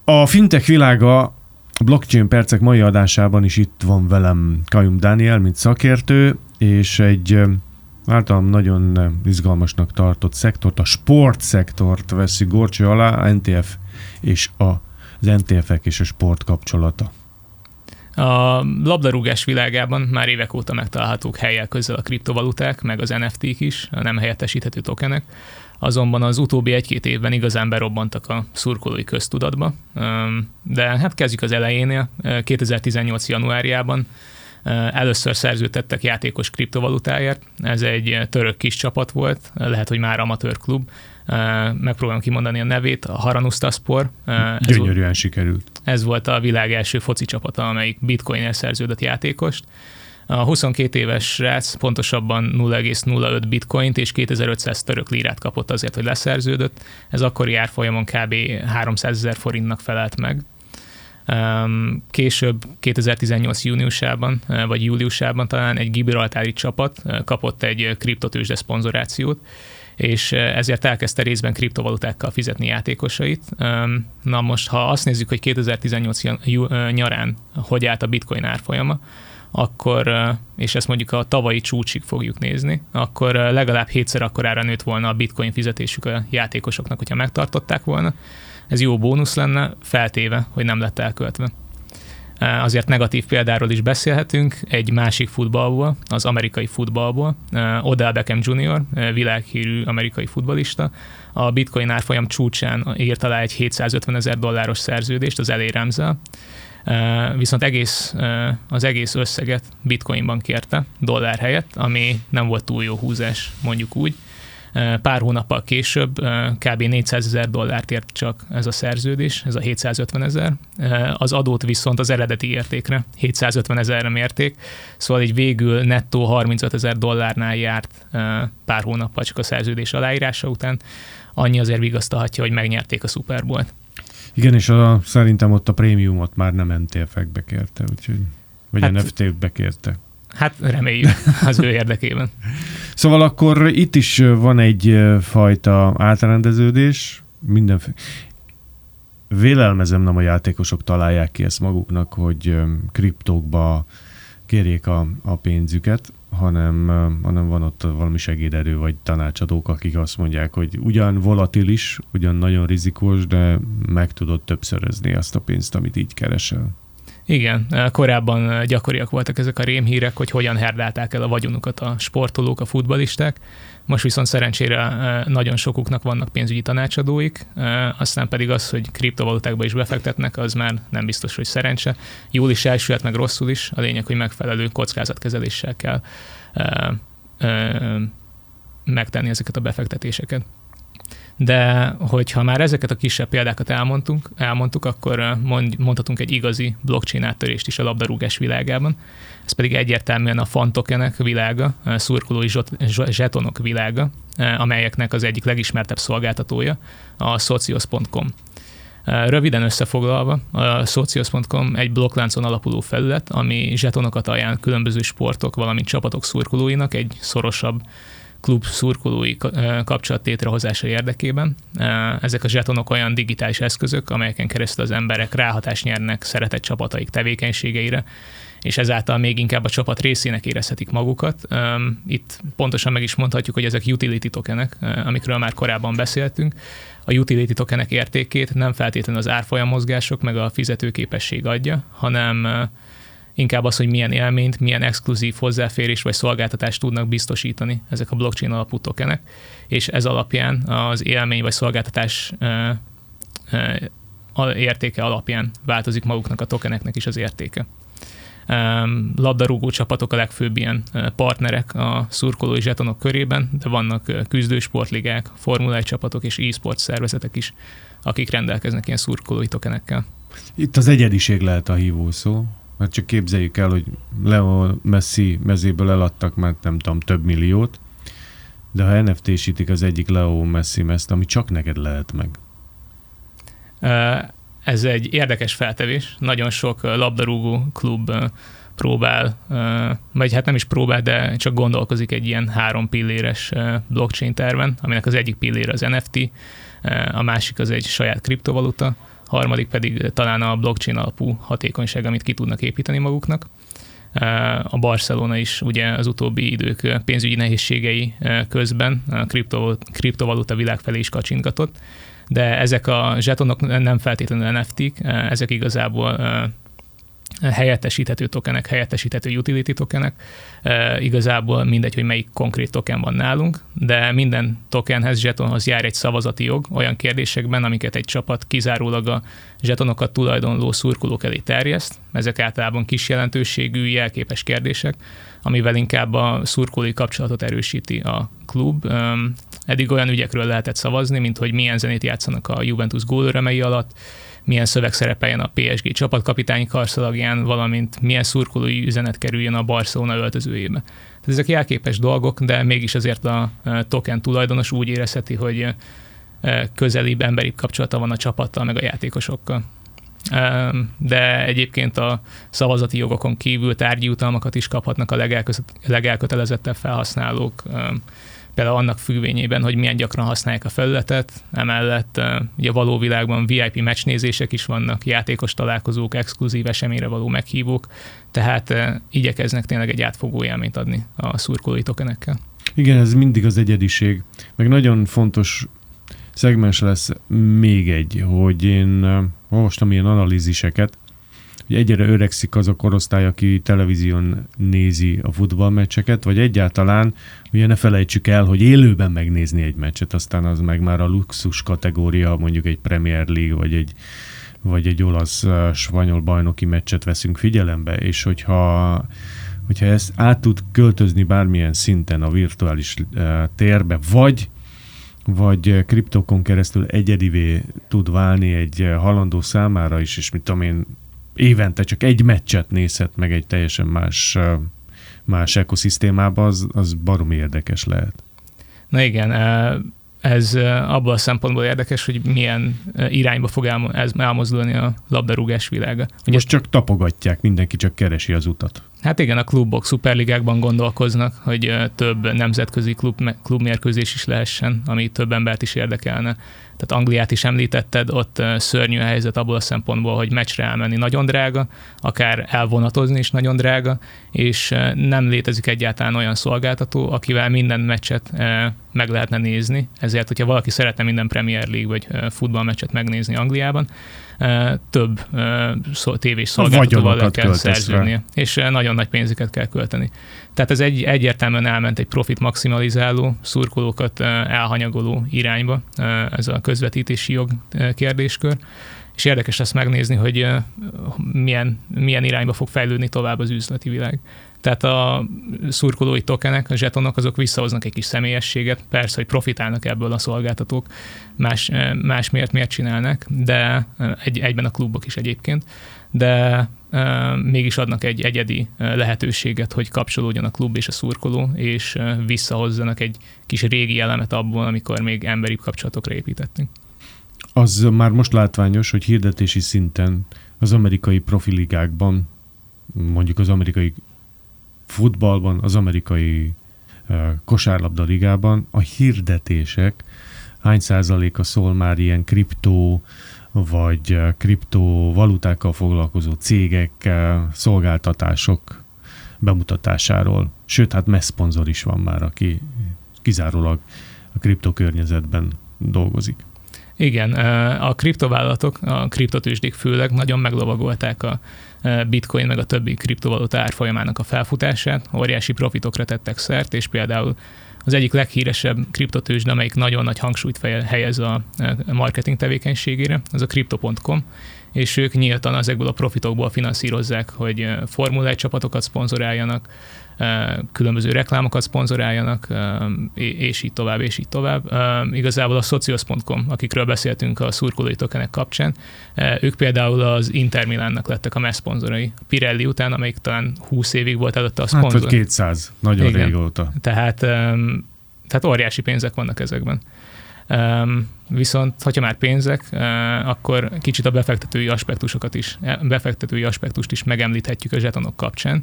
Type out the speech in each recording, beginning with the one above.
A fintech világa blockchain percek mai adásában is itt van velem Kajum Dániel, mint szakértő, és egy általam nagyon izgalmasnak tartott szektort, a sportszektort veszi górcső alá, NTF és az NTF-ek és a sport kapcsolata. A labdarúgás világában már évek óta megtalálhatók helyek közel a kriptovaluták, meg az NFT-k is, a nem helyettesíthető tokenek. Azonban az utóbbi 1-2 évben igazán berobbantak a szurkolói köztudatba. De hát kezdjük az elejénél. 2018. januárjában először szerződtettek játékos kriptovalutáért. Ez egy török kis csapat volt, lehet, hogy már amatőr klub. Megpróbálom kimondani a nevét, a Haranusztaspor. Gyönyörűen sikerült. Ez volt a világ első foci csapata, amelyik bitcoin-el szerződött játékost. A 22 éves srác pontosabban 0,05 bitcoint és 2500 török lírát kapott azért, hogy leszerződött. Ez akkori árfolyamon kb. 300 000 forintnak felelt meg. Később 2018 júniusában, vagy júliusában talán egy gibraltári csapat kapott egy kriptotőzsde szponzorációt, és ezért elkezdte részben kriptovalutákkal fizetni játékosait. Na most, ha azt nézzük, hogy 2018 nyarán hogy állt a bitcoin árfolyama, akkor, és ezt mondjuk a tavalyi csúcsig fogjuk nézni, akkor legalább 7-szer akkorára nőtt volna a bitcoin fizetésük a játékosoknak, hogyha megtartották volna. Ez jó bónusz lenne, feltéve, hogy nem lett elköltve. Azért negatív példáról is beszélhetünk, egy másik futballból, az amerikai futballból. Odell Beckham Jr., világhírű amerikai futballista, a bitcoin árfolyam csúcsán írt alá egy $750,000 szerződést az LA Ramszel, viszont az egész összeget bitcoinban kérte, dollár helyett, ami nem volt túl jó húzás, mondjuk úgy. Pár hónappal később kb. $400,000 ért csak ez a szerződés, ez a 750,000. Az adót viszont az eredeti értékre 750,000-re mérték, szóval így végül nettó $35,000 járt pár hónappal csak a szerződés aláírása után. Annyi azért vigasztalhatja, hogy megnyerték a Super Bowl-t. Igen, és szerintem ott a prémiumot már nem NTF-ekbe kérte, úgyhogy, vagy hát, NFT-be kérte. Hát reméljük az ő érdekében. Szóval akkor itt is van egy fajta átrendeződés, mindenféle. Vélelmezem, nem a játékosok találják ki ezt maguknak, hogy kriptókba kérjék a pénzüket, hanem van ott valami segéderő vagy tanácsadók, akik azt mondják, hogy ugyan volatilis, ugyan nagyon rizikós, de meg tudod többszörözni azt a pénzt, amit így keresel. Igen, korábban gyakoriak voltak ezek a rémhírek, hogy hogyan herdálták el a vagyonukat a sportolók, a futballisták. Most viszont szerencsére nagyon sokuknak vannak pénzügyi tanácsadóik, aztán pedig az, hogy kriptovalutákba is befektetnek, az már nem biztos, hogy szerencse. Jól is elsülhet, meg rosszul is. A lényeg, hogy megfelelő kockázatkezeléssel kell megtenni ezeket a befektetéseket. De hogyha már ezeket a kisebb példákat elmondtuk, akkor mondhatunk egy igazi blockchain áttörést is a labdarúgás világában. Ez pedig egyértelműen a fantokenek világa, a szurkolói zsetonok világa, amelyeknek az egyik legismertebb szolgáltatója a Socios.com. Röviden összefoglalva, a Socios.com egy blokkláncon alapuló felület, ami zsetonokat ajánl különböző sportok, valamint csapatok szurkolóinak egy szorosabb klub szurkolói kapcsolat létrehozása érdekében. Ezek a zsetonok olyan digitális eszközök, amelyeken keresztül az emberek ráhatást nyernek szeretett csapataik tevékenységeire, és ezáltal még inkább a csapat részének érezhetik magukat. Itt pontosan meg is mondhatjuk, hogy ezek utility tokenek, amikről már korábban beszéltünk. A utility tokenek értékét nem feltétlenül az árfolyamozgások meg a fizetőképesség adja, hanem inkább az, hogy milyen élményt, milyen exkluzív hozzáférés vagy szolgáltatást tudnak biztosítani ezek a blockchain alapú tokenek, és ez alapján az élmény vagy szolgáltatás értéke alapján változik maguknak a tokeneknek is az értéke. Labdarúgó csapatok a legfőbb ilyen partnerek a szurkolói zsetonok körében, de vannak küzdősportligák, Formula 1 csapatok és e-sport szervezetek is, akik rendelkeznek ilyen szurkolói tokenekkel. Itt az egyediség lehet a hívószó, mert csak képzeljük el, hogy Leo Messi mezéből eladtak már nem tudom, több milliót, de ha NFT-sítik az egyik Leo Messi mezt, ami csak neked lehet meg. Ez egy érdekes feltevés. Nagyon sok labdarúgó klub próbál, vagy hát nem is próbál, de csak gondolkozik egy ilyen 3 pilléres blockchain terven, aminek az egyik pillére az NFT, a másik az egy saját kriptovaluta, harmadik pedig talán a blockchain alapú hatékonyság, amit ki tudnak építeni maguknak. A Barcelona is ugye az utóbbi idők pénzügyi nehézségei közben a kriptovaluta világ felé is kacsintgatott, de ezek a zsetonok nem feltétlenül NFT-k, ezek igazából helyettesíthető tokenek, helyettesíthető utility tokenek. Igazából mindegy, hogy melyik konkrét token van nálunk, de minden tokenhez, zsetonhoz jár egy szavazati jog olyan kérdésekben, amiket egy csapat kizárólag a zsetonokat tulajdonló szurkolók elé terjeszt. Ezek általában kis jelentőségű, jelképes kérdések, amivel inkább a szurkolói kapcsolatot erősíti a klub. Eddig olyan ügyekről lehetett szavazni, mint hogy milyen zenét játszanak a Juventus gólörömei alatt, milyen szöveg szerepeljen a PSG csapatkapitányi karszalagján, valamint milyen szurkolói üzenet kerüljön a Barcelona öltözőjébe. Tehát ezek jelképes dolgok, de mégis azért a token tulajdonos úgy érezheti, hogy közelibb, emberibb kapcsolata van a csapattal, meg a játékosokkal. De egyébként a szavazati jogokon kívül tárgyi jutalmakat is kaphatnak a legelkötelezettebb felhasználók, például annak függvényében, hogy milyen gyakran használják a felületet, emellett ugye a való világban VIP meccsnézések is vannak, játékos találkozók, exkluzív eseményre való meghívók, tehát igyekeznek tényleg egy átfogó élményt adni a szurkolói tokenekkel. Igen, ez mindig az egyediség, meg nagyon fontos szegmens lesz még egy, hogy én olvastam ilyen analíziseket, hogy egyre öregszik az a korosztály, aki televízión nézi a futballmeccseket, vagy egyáltalán, ugye ne felejtsük el, hogy élőben megnézni egy meccset, aztán az meg már a luxus kategória, mondjuk egy Premier League, vagy egy olasz-spanyol bajnoki meccset veszünk figyelembe, és hogyha ezt át tud költözni bármilyen szinten a virtuális térbe, vagy kriptókon keresztül egyedivé tud válni egy halandó számára is, és mit tudom én, évente csak egy meccset nézhet meg egy teljesen más ökoszisztémában, az baromi érdekes lehet. Na igen, ez abban a szempontból érdekes, hogy milyen irányba fog elmozdulni a labdarúgás világa. Most csak tapogatják, mindenki csak keresi az utat. Hát igen, a klubok szuperligákban gondolkoznak, hogy több nemzetközi klubmérkőzés is lehessen, ami több embert is érdekelne. Tehát Angliát is említetted, ott szörnyű a helyzet abból a szempontból, hogy meccsre elmenni nagyon drága, akár elvonatozni is nagyon drága, és nem létezik egyáltalán olyan szolgáltató, akivel minden meccset meg lehetne nézni. Ezért, hogyha valaki szeretne minden Premier League vagy futballmeccset megnézni Angliában, több tévés szolgáltatóval le kell szerződnie, és nagyon nagy pénzeket kell költeni. Tehát ez egyértelműen elment egy profit maximalizáló, szurkolókat elhanyagoló irányba, ez a közvetítési jog kérdéskör, és érdekes lesz megnézni, hogy milyen irányba fog fejlődni tovább az üzleti világ. Tehát a szurkolói tokenek, a zsetonok, azok visszahoznak egy kis személyességet, persze, hogy profitálnak ebből a szolgáltatók, más miért csinálnak, de egyben a klubok is egyébként, de mégis adnak egy egyedi lehetőséget, hogy kapcsolódjon a klub és a szurkoló, és visszahozzanak egy kis régi elemet abból, amikor még emberibb kapcsolatokra építettünk. Az már most látványos, hogy hirdetési szinten az amerikai profiligákban, mondjuk az amerikai futballban, az amerikai kosárlabda ligában a hirdetések hány százaléka szól már ilyen kriptó vagy kriptovalutákkal foglalkozó cégek, szolgáltatások bemutatásáról. Sőt, hát messzponzor is van már, aki kizárólag a kriptokörnyezetben dolgozik. Igen, a kriptovállalatok, a kriptotőzsdék főleg nagyon meglovagolták a bitcoin meg a többi kriptovaluta árfolyamának a felfutását, óriási profitokra tettek szert, és például az egyik leghíresebb kriptotőzsde, amelyik nagyon nagy hangsúlyt helyez a marketing tevékenységére, az a Crypto.com, és ők nyíltan ezekből a profitokból finanszírozzák, hogy Formula 1 csapatokat szponzoráljanak, különböző reklámokat szponzoráljanak, és így tovább, és így tovább. Igazából a Socios.com, akikről beszéltünk a szurkolói tokenek kapcsán, ők például az Inter Milánnak lettek a messzponzorai. Pirelli után, amelyik talán 20 évig volt előtte a szponzor. Hát vagy 200, nagyon igen. Régóta. Tehát óriási pénzek vannak ezekben. Viszont, hogyha már pénzek, akkor kicsit a befektetői aspektust is megemlíthetjük a zsetonok kapcsán.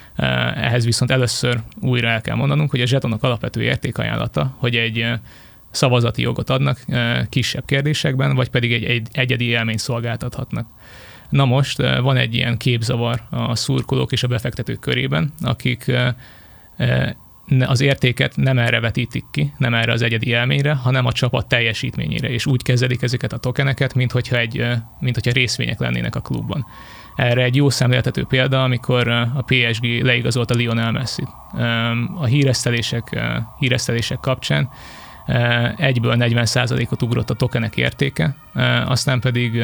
Ehhez viszont először újra el kell mondanunk, hogy a zsetonok alapvető értékajánlata, hogy egy szavazati jogot adnak kisebb kérdésekben, vagy pedig egy egyedi élményt szolgáltathatnak. Na most van egy ilyen képzavar a szurkolók és a befektetők körében, akik az értéket nem erre vetítik ki, nem erre az egyedi élményre, hanem a csapat teljesítményére, és úgy kezelik ezeket a tokeneket, mint hogyha részvények lennének a klubban. Erre egy jó szemléltető példa, amikor a PSG leigazolta Lionel Messit. A híresztelések kapcsán egyből 40%-ot ugrott a tokenek értéke, aztán pedig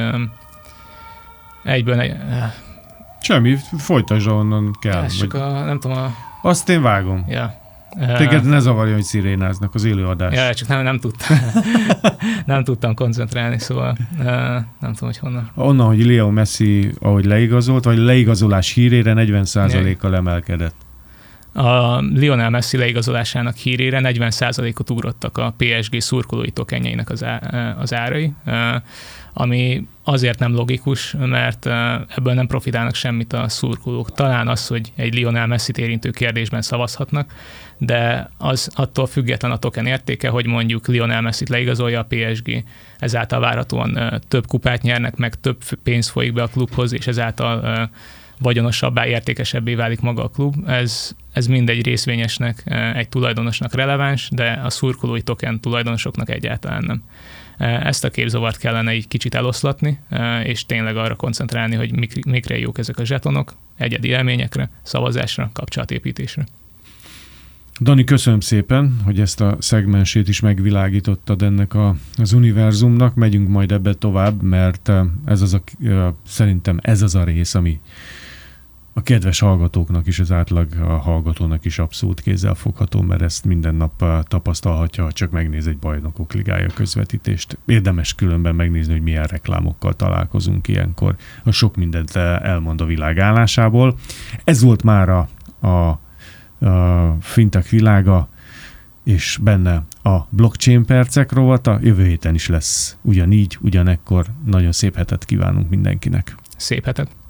egyből... Semmi, folytasd, onnan kell. Nem tudom Azt én vágom. Ja. Téged ne zavarjon, hogy szirénáznak az élőadás. Ja, csak nem tudtam. Nem tudtam koncentrálni, szóval nem tudom, hogy honnan. Onnan, hogy Leo Messi, ahogy leigazolt, vagy leigazolás hírére 40%-kal emelkedett. A Lionel Messi leigazolásának hírére 40%-ot ugrottak a PSG szurkolói tokenjeinek az árai, ami azért nem logikus, mert ebből nem profitálnak semmit a szurkolók. Talán az, hogy egy Lionel Messit érintő kérdésben szavazhatnak, de az attól független a token értéke, hogy mondjuk Lionel Messit leigazolja a PSG, ezáltal várhatóan több kupát nyernek, meg több pénz folyik be a klubhoz, és ezáltal vagyonosabbá, értékesebbé válik maga a klub. Ez mindegy részvényesnek, egy tulajdonosnak releváns, de a szurkolói token tulajdonosoknak egyáltalán nem. Ezt a képzavart kellene egy kicsit eloszlatni, és tényleg arra koncentrálni, hogy mikre jók ezek a zsetonok, egyedi élményekre, szavazásra, kapcsolatépítésre. Dani, köszönöm szépen, hogy ezt a szegmensét is megvilágítottad ennek az univerzumnak. Megyünk majd ebbe tovább, mert szerintem ez az a rész, ami a kedves hallgatóknak is, az átlag hallgatónak is abszolút kézzelfogható, mert ezt minden nap tapasztalhatja, ha csak megnéz egy Bajnokok Ligája közvetítést. Érdemes különben megnézni, hogy milyen reklámokkal találkozunk ilyenkor. A sok mindent elmond a világ állásából. Ez volt már a fintech világa, és benne a blockchain percek rovata. Jövő héten is lesz ugyanígy, ugyanekkor. Nagyon szép hetet kívánunk mindenkinek. Szép hetet!